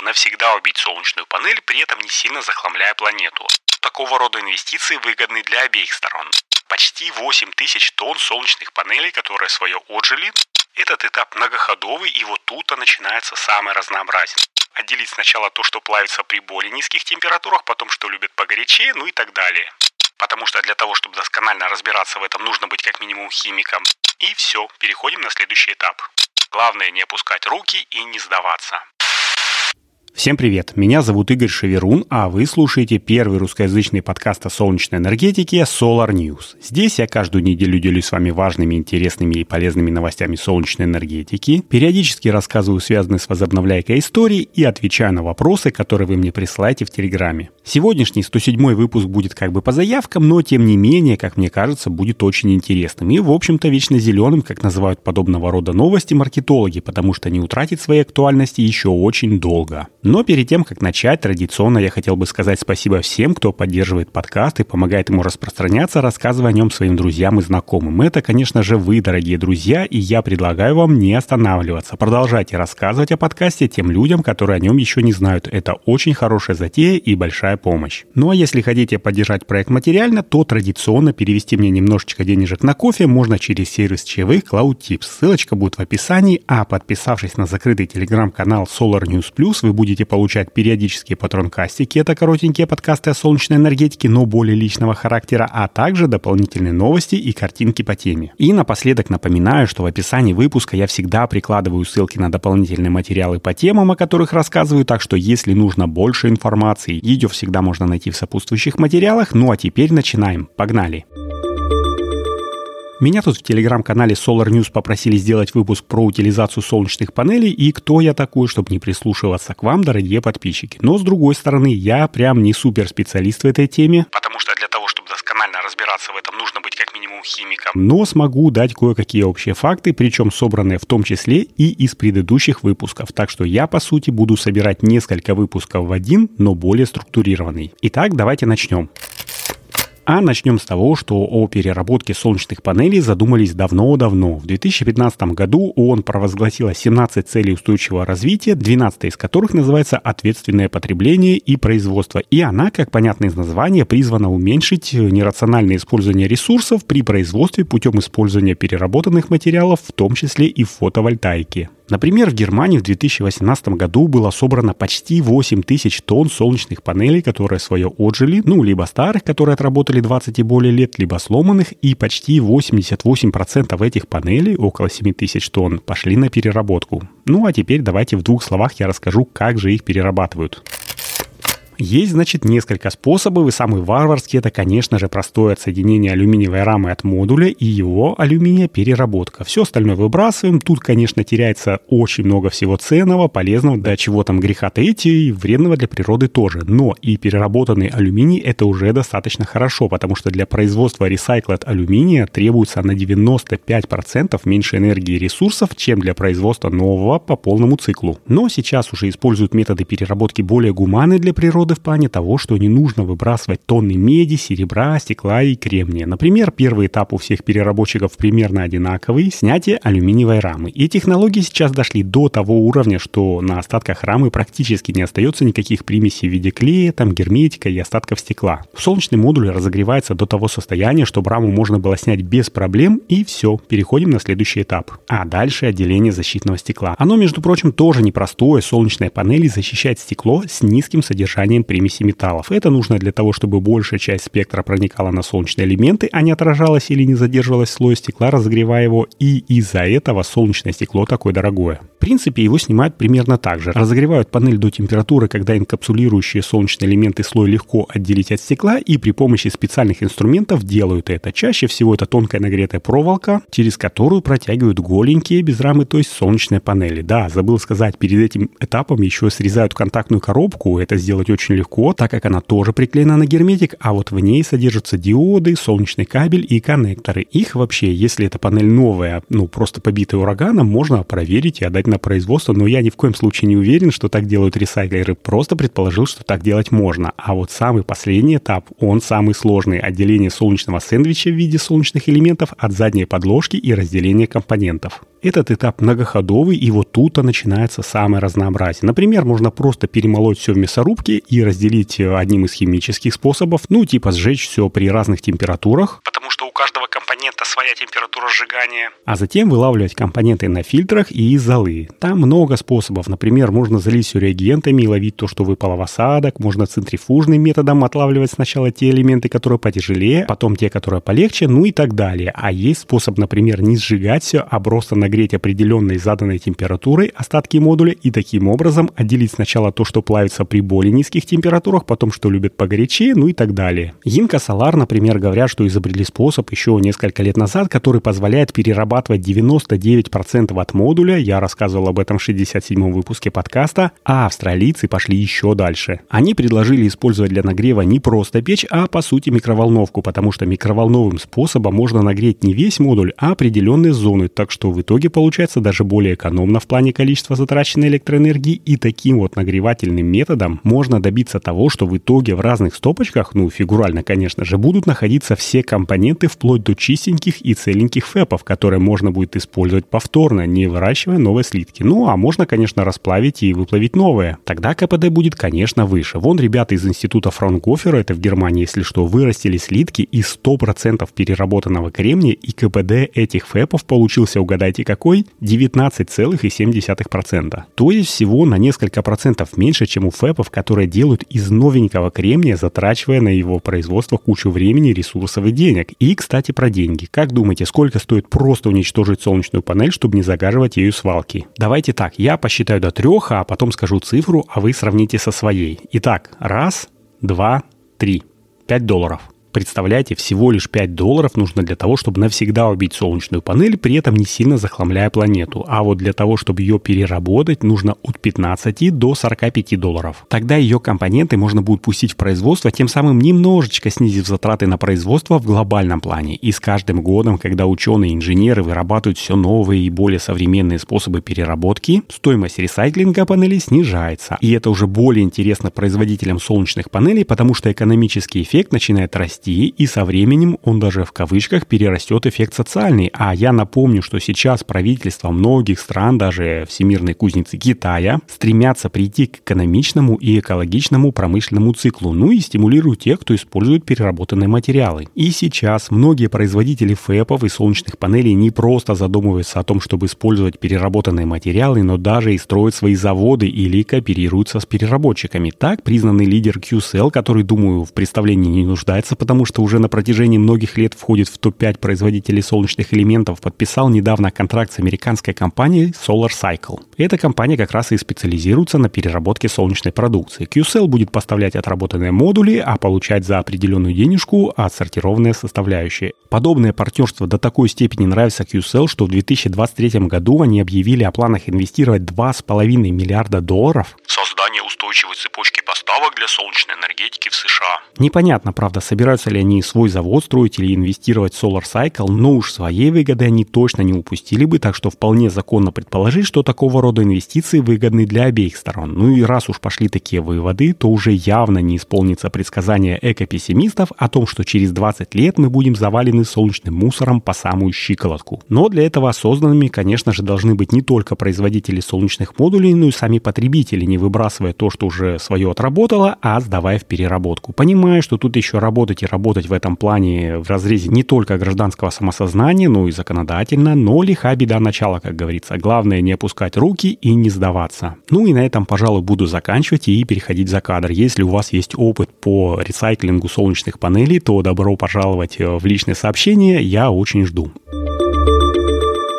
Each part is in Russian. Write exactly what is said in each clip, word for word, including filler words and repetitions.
чтобы навсегда убить солнечную панель, при этом не сильно захламляя планету. Такого рода инвестиции выгодны для обеих сторон. Почти восемь тысяч тонн солнечных панелей, которые свое отжили. Этот этап многоходовый, и вот тут-то начинается самое разнообразие. Отделить сначала то, что плавится при более низких температурах, потом что любит погорячее, ну и так далее. Потому что для того, чтобы досконально разбираться в этом, нужно быть как минимум химиком. И все, переходим на следующий этап. Главное не опускать руки и не сдаваться. Всем привет, меня зовут Игорь Шеверун, а вы слушаете первый русскоязычный подкаст о солнечной энергетике Solar News. Здесь я каждую неделю делюсь с вами важными, интересными и полезными новостями солнечной энергетики, периодически рассказываю связанные с возобновляйкой истории и отвечаю на вопросы, которые вы мне присылаете в Телеграме. Сегодняшний сто седьмой выпуск будет как бы по заявкам, но тем не менее, как мне кажется, будет очень интересным и, в общем-то, вечно зеленым, как называют подобного рода новости маркетологи, потому что не утратит своей актуальности еще очень долго. Но перед тем, как начать, традиционно я хотел бы сказать спасибо всем, кто поддерживает подкаст и помогает ему распространяться, рассказывая о нем своим друзьям и знакомым. Это, конечно же, вы, дорогие друзья, и я предлагаю вам не останавливаться. Продолжайте рассказывать о подкасте тем людям, которые о нем еще не знают. Это очень хорошая затея и большая помощь. Ну а если хотите поддержать проект материально, то традиционно перевести мне немножечко денежек на кофе можно через сервис чаевых CloudTips. Ссылочка будет в описании, а подписавшись на закрытый телеграм-канал Solar News Plus, вы будете получать периодические патронкастики, это коротенькие подкасты о солнечной энергетике, но более личного характера, а также дополнительные новости и картинки по теме. И напоследок напоминаю, что в описании выпуска я всегда прикладываю ссылки на дополнительные материалы по темам, о которых рассказываю, так что если нужно больше информации, ее всегда можно найти в сопутствующих материалах. Ну а теперь начинаем. Погнали! Меня тут в телеграм-канале Solar News попросили сделать выпуск про утилизацию солнечных панелей и кто я такой, чтобы не прислушиваться к вам, дорогие подписчики. Но с другой стороны, я прям не суперспециалист в этой теме. Потому что для того, чтобы досконально разбираться в этом, нужно быть как минимум химиком. Но смогу дать кое-какие общие факты, причем собранные в том числе и из предыдущих выпусков. Так что я, по сути, буду собирать несколько выпусков в один, но более структурированный. Итак, давайте начнем. А начнем с того, что о переработке солнечных панелей задумались давно-давно. В две тысячи пятнадцатом году ООН провозгласила семнадцать целей устойчивого развития, двенадцать из которых называется «Ответственное потребление и производство». И она, как понятно из названия, призвана уменьшить нерациональное использование ресурсов при производстве путем использования переработанных материалов, в том числе и в фотовольтаике. Например, в Германии в две тысячи восемнадцатом году было собрано почти восемь тысяч тонн солнечных панелей, которые свое отжили, ну, либо старых, которые отработали двадцать и более лет, либо сломанных, и почти восемьдесят восемь процентов этих панелей, около семь тысяч тонн, пошли на переработку. Ну, а теперь давайте в двух словах я расскажу, как же их перерабатывают. Есть, значит, несколько способов, и самый варварский — это, конечно же, простое отсоединение алюминиевой рамы от модуля и его алюминия переработка. Все остальное выбрасываем. Тут, конечно, теряется очень много всего ценного, полезного, да чего там греха таить, и вредного для природы тоже. Но и переработанный алюминий — это уже достаточно хорошо, потому что для производства recycled алюминия требуется на девяносто пять процентов меньше энергии и ресурсов, чем для производства нового по полному циклу. Но сейчас уже используют методы переработки более гуманные для природы, в плане того, что не нужно выбрасывать тонны меди, серебра, стекла и кремния. Например, первый этап у всех переработчиков примерно одинаковый – снятие алюминиевой рамы. И технологии сейчас дошли до того уровня, что на остатках рамы практически не остается никаких примесей в виде клея, там, герметика и остатков стекла. Солнечный модуль разогревается до того состояния, чтобы раму можно было снять без проблем, и все, переходим на следующий этап. А дальше отделение защитного стекла. Оно, между прочим, тоже непростое. Солнечная панель защищает стекло с низким содержанием примеси металлов. Это нужно для того, чтобы большая часть спектра проникала на солнечные элементы, а не отражалась или не задерживалась в слое стекла, разогревая его, и из-за этого солнечное стекло такое дорогое. В принципе, его снимают примерно так же. Разогревают панель до температуры, когда инкапсулирующие солнечные элементы слой легко отделить от стекла, и при помощи специальных инструментов делают это. Чаще всего это тонкая нагретая проволока, через которую протягивают голенькие без рамы, то есть солнечные панели. Да, забыл сказать, перед этим этапом еще срезают контактную коробку. Это сделать очень очень легко, так как она тоже приклеена на герметик, а вот в ней содержатся диоды, солнечный кабель и коннекторы. Их вообще, если эта панель новая, ну просто побитая ураганом, можно проверить и отдать на производство, но я ни в коем случае не уверен, что так делают ресайклеры, просто предположил, что так делать можно. А вот самый последний этап, он самый сложный. Отделение солнечного сэндвича в виде солнечных элементов от задней подложки и разделение компонентов. Этот этап многоходовый, и вот тут-то начинается самое разнообразие. Например, можно просто перемолоть все в мясорубке и разделить одним из химических способов, ну типа сжечь все при разных температурах. Потому что у каждого компонента своя температура сжигания. А затем вылавливать компоненты на фильтрах и из золы. Там много способов. Например, можно залить все реагентами и ловить то, что выпало в осадок. Можно центрифужным методом отлавливать сначала те элементы, которые потяжелее, потом те, которые полегче, ну и так далее. А есть способ, например, не сжигать все, а просто нагреть определенной заданной температурой остатки модуля и таким образом отделить сначала то, что плавится при более низких температурах, потом что любит погорячее, ну и так далее. Yinka Solar, например, говорят, что изобрели способ еще несколько лет назад, который позволяет перерабатывать девяносто девять процентов от модуля. Я рассказывал об этом в шестьдесят седьмом выпуске подкаста, а австралийцы пошли еще дальше. Они предложили использовать для нагрева не просто печь, а по сути микроволновку, потому что микроволновым способом можно нагреть не весь модуль, а определенные зоны, так что в итоге получается даже более экономно в плане количества затраченной электроэнергии, и таким вот нагревательным методом можно добиться того, что в итоге в разных стопочках, ну фигурально, конечно же, будут находиться все компоненты вплоть до чистеньких и целеньких фэпов, которые можно будет использовать повторно, не выращивая новые слитки. Ну а можно, конечно, расплавить и выплавить новые. Тогда КПД будет, конечно, выше. Вон ребята из института Фраунгофера, это в Германии, если что, вырастили слитки из сто процентов переработанного кремния, и КПД этих фэпов получился, угадайте какой, девятнадцать целых семь десятых процента. То есть всего на несколько процентов меньше, чем у фэпов, которые делают из новенького кремния, затрачивая на его производство кучу времени, ресурсов и денег. И, кстати, про деньги. Как думаете, сколько стоит просто уничтожить солнечную панель, чтобы не загаживать ею свалки? Давайте так, я посчитаю до трех, а потом скажу цифру, а вы сравните со своей. Итак, раз, два, три. Пять долларов. Представляете, всего лишь пять долларов нужно для того, чтобы навсегда убить солнечную панель, при этом не сильно захламляя планету. А вот для того, чтобы ее переработать, нужно от пятнадцати до сорока пяти долларов. Тогда ее компоненты можно будет пустить в производство, тем самым немножечко снизив затраты на производство в глобальном плане. И с каждым годом, когда ученые и инженеры вырабатывают все новые и более современные способы переработки, стоимость ресайклинга панелей снижается. И это уже более интересно производителям солнечных панелей, потому что экономический эффект начинает расти, и со временем он даже в кавычках перерастет эффект социальный. А я напомню, что сейчас правительства многих стран, даже всемирной кузницы Китая, стремятся прийти к экономичному и экологичному промышленному циклу, ну и стимулируют тех, кто использует переработанные материалы. И сейчас многие производители фэпов и солнечных панелей не просто задумываются о том, чтобы использовать переработанные материалы, но даже и строят свои заводы или кооперируются с переработчиками. Так, признанный лидер кью селл, который, думаю, в представлении не нуждается, потому потому что уже на протяжении многих лет входит в топ пять производителей солнечных элементов, подписал недавно контракт с американской компанией Solar Cycle. Эта компания как раз и специализируется на переработке солнечной продукции. кью селл будет поставлять отработанные модули, а получать за определенную денежку отсортированные составляющие. Подобное партнерство до такой степени нравится кью селл, что в две тысячи двадцать третьем году они объявили о планах инвестировать два с половиной миллиарда долларов в создание устойчивой цепочки поставок для солнечной энергетики в США. Непонятно, правда, собираются ли они свой завод строить или инвестировать в Solar Cycle, но уж своей выгоды они точно не упустили бы, так что вполне законно предположить, что такого рода инвестиции выгодны для обеих сторон. Ну и раз уж пошли такие выводы, то уже явно не исполнится предсказание эко-пессимистов о том, что через двадцать лет мы будем завалены солнечным мусором по самую щиколотку. Но для этого осознанными, конечно же, должны быть не только производители солнечных модулей, но и сами потребители, не выбрасывая то, что уже свое отработало, а сдавая в переработку. Понимая, что тут еще работать и работать в этом плане в разрезе не только гражданского самосознания, но и законодательно, но лиха беда начала, как говорится. Главное не опускать руки и не сдаваться. Ну и на этом, пожалуй, буду заканчивать и переходить за кадр. Если у вас есть опыт по ресайклингу солнечных панелей, то добро пожаловать в личные сообщения, я очень жду.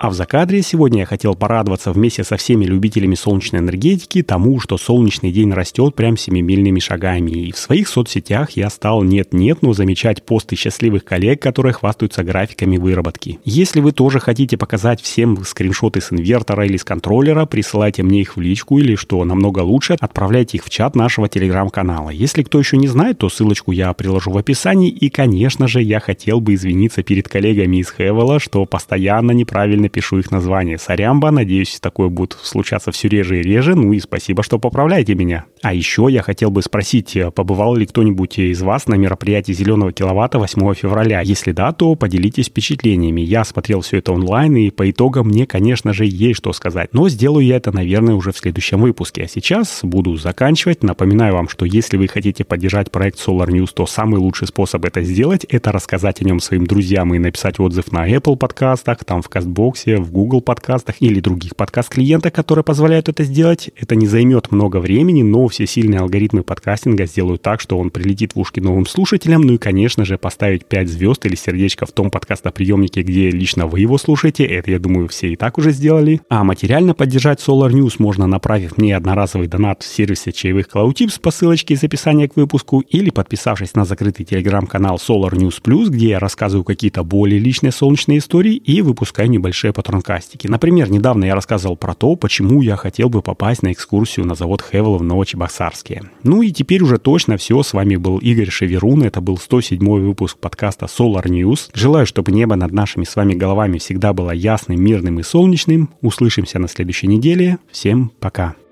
А в закадре сегодня я хотел порадоваться вместе со всеми любителями солнечной энергетики тому, что солнечный день растет прям семимильными шагами. И в своих соцсетях я стал нет-нет, но замечать посты счастливых коллег, которые хвастаются графиками выработки. Если вы тоже хотите показать всем скриншоты с инвертора или с контроллера, присылайте мне их в личку или, что намного лучше, отправляйте их в чат нашего телеграм-канала. Если кто еще не знает, то ссылочку я приложу в описании. И, конечно же, я хотел бы извиниться перед коллегами из Хевела, что постоянно неправильно пишу их название. Сорямба, надеюсь, такое будет случаться все реже и реже. Ну и спасибо, что поправляете меня. А еще я хотел бы спросить, побывал ли кто-нибудь из вас на мероприятии «Зеленого киловатта» восьмого февраля? Если да, то поделитесь впечатлениями. Я смотрел все это онлайн, и по итогам мне, конечно же, есть что сказать. Но сделаю я это, наверное, уже в следующем выпуске. А сейчас буду заканчивать. Напоминаю вам, что если вы хотите поддержать проект Solar News, то самый лучший способ это сделать — это рассказать о нем своим друзьям и написать отзыв на Apple подкастах, там в Кастбоксе, в Google подкастах или других подкаст-клиентах, которые позволяют это сделать. Это не займет много времени, но все сильные алгоритмы подкастинга сделают так, что он прилетит в ушки новым слушателям. Ну и, конечно же, поставить пять звезд или сердечко в том подкастоприемнике, где лично вы его слушаете. Это, я думаю, все и так уже сделали. А материально поддержать Solar News можно, направив мне одноразовый донат в сервисе чаевых CloudTips по ссылочке из описания к выпуску, или подписавшись на закрытый телеграм-канал Solar News Plus, где я рассказываю какие-то более личные солнечные истории и выпускаю небольшие патронкастики. Например, недавно я рассказывал про то, почему я хотел бы попасть на экскурсию на завод Хевел в Новочебоксарске. Ну и теперь уже точно все. С вами был Игорь Шеверун. Это был сто седьмой выпуск подкаста Solar News. Желаю, чтобы небо над нашими с вами головами всегда было ясным, мирным и солнечным. Услышимся на следующей неделе. Всем пока.